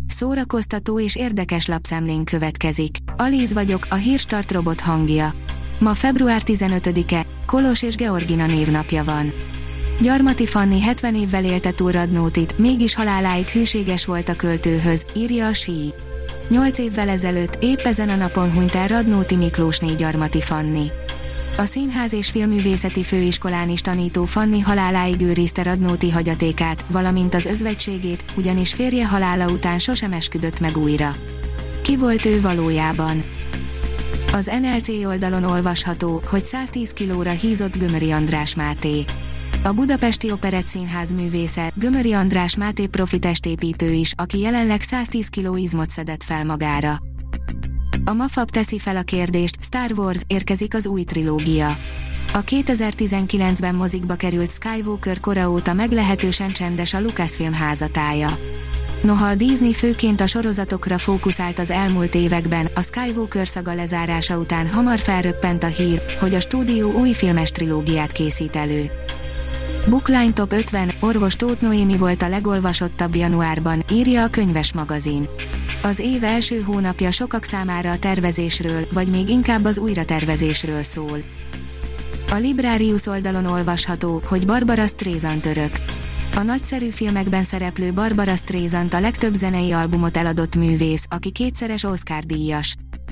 Szórakoztató és érdekes lapszemlén következik. Alíz vagyok, a Hírstart robot hangja. Ma február 15-e, Kolos és Georgina névnapja van. Gyarmati Fanni 70 évvel élte túl Radnótit, mégis haláláig hűséges volt a költőhöz, írja a SÍ. 8 évvel ezelőtt, épp ezen a napon hunyt el Radnóti Miklósné Gyarmati Fanni. A Színház és Filmművészeti Főiskolán is tanító Fanni haláláig őrizte Radnóti hagyatékát, valamint az özvegységét, ugyanis férje halála után sosem esküdött meg újra. Ki volt ő valójában? Az NLC oldalon olvasható, hogy 110 kilóra hízott Gömöri András Máté. A Budapesti Operettszínház művésze, Gömöri András Máté profi testépítő is, aki jelenleg 110 kg izmot szedett fel magára. A Mafab teszi fel a kérdést, Star Wars, érkezik az új trilógia. A 2019-ben mozikba került Skywalker kora óta meglehetősen csendes a Lucasfilm házatája. Noha a Disney főként a sorozatokra fókuszált az elmúlt években, a Skywalker szaga lezárása után hamar felröppent a hír, hogy a stúdió új filmes trilógiát készít elő. Bookline Top 50, orvos Tóth Noémi volt a legolvasottabb januárban, írja a Könyves magazin. Az év első hónapja sokak számára a tervezésről, vagy még inkább az újratervezésről szól. A Librarius oldalon olvasható, hogy Barbara Streisand örök. A nagyszerű filmekben szereplő Barbara Streisand a legtöbb zenei albumot eladott művész, aki kétszeres Oscar-díjas.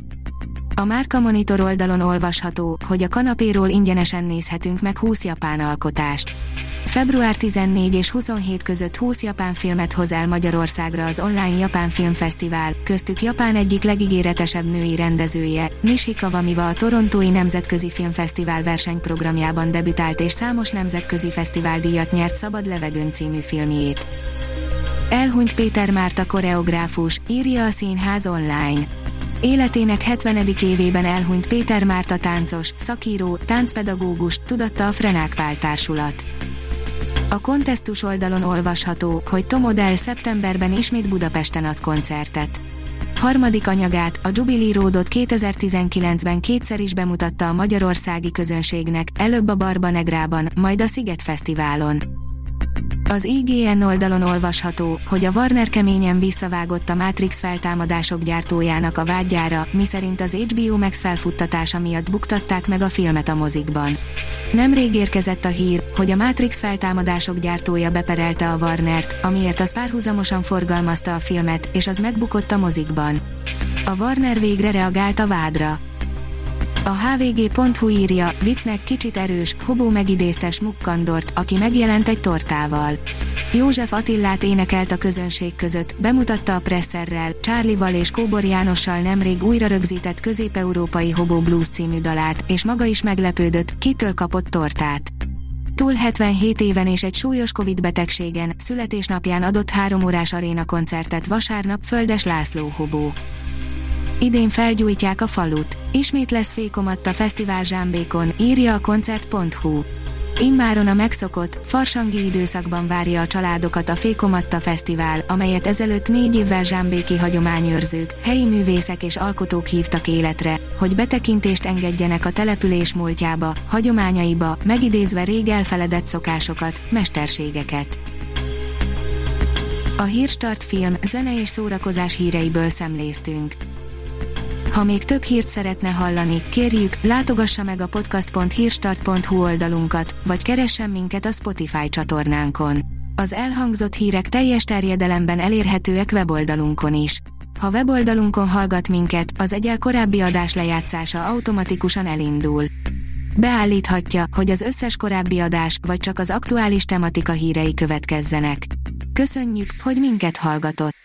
A Márka Monitor oldalon olvasható, hogy a kanapéról ingyenesen nézhetünk meg 20 japán alkotást. Február 14 és 27 között 20 japán filmet hoz el Magyarországra az online Japán Filmfesztivál, köztük Japán egyik legígéretesebb női rendezője, Nishi Kawamiwa a Torontói Nemzetközi Filmfesztivál versenyprogramjában debütált és számos nemzetközi fesztiváldíjat nyert Szabad levegőn című filmjét. Elhunyt Péter Márta koreográfus, írja a Színház online. Életének 70. évében elhunyt Péter Márta táncos, szakíró, táncpedagógus, tudatta a Frenák Pál társulat. A Kontesztus oldalon olvasható, hogy Tom Odell szeptemberben ismét Budapesten ad koncertet. Harmadik anyagát, a Jubilee Roadot 2019-ben kétszer is bemutatta a magyarországi közönségnek, előbb a Barba Negrában, majd a Sziget Fesztiválon. Az IGN oldalon olvasható, hogy a Warner keményen visszavágott a Matrix feltámadások gyártójának a vádjára, miszerint az HBO Max felfuttatása miatt buktatták meg a filmet a mozikban. Nemrég érkezett a hír, hogy a Matrix feltámadások gyártója beperelte a Warnert, amiért az párhuzamosan forgalmazta a filmet, és az megbukott a mozikban. A Warner végre reagált a vádra. A hvg.hu írja, viccnek kicsit erős, Hobó megidézte Smukkandort, aki megjelent egy tortával. József Attillát énekelt a közönség között, bemutatta a Presserrel, Charlie-val és Kóbor Jánossal nemrég újra rögzített közép-európai Hobó Blues című dalát, és maga is meglepődött, kitől kapott tortát. Túl 77 éven és egy súlyos Covid betegségen, születésnapján adott 3 órás aréna koncertet vasárnap Földes László Hobó. Idén felgyújtják a falut. Ismét lesz Fékomatta Fesztivál Zsámbékon, írja a koncert.hu. Immáron a megszokott, farsangi időszakban várja a családokat a Fékomatta Fesztivál, amelyet ezelőtt 4 évvel zsámbéki hagyományőrzők, helyi művészek és alkotók hívtak életre, hogy betekintést engedjenek a település múltjába, hagyományaiba, megidézve rég elfeledett szokásokat, mesterségeket. A Hírstart film, zene és szórakozás híreiből szemléztünk. Ha még több hírt szeretne hallani, kérjük, látogassa meg a podcast.hírstart.hu oldalunkat, vagy keressen minket a Spotify csatornánkon. Az elhangzott hírek teljes terjedelemben elérhetőek weboldalunkon is. Ha weboldalunkon hallgat minket, az egyel korábbi adás lejátszása automatikusan elindul. Beállíthatja, hogy az összes korábbi adás, vagy csak az aktuális tematika hírei következzenek. Köszönjük, hogy minket hallgatott!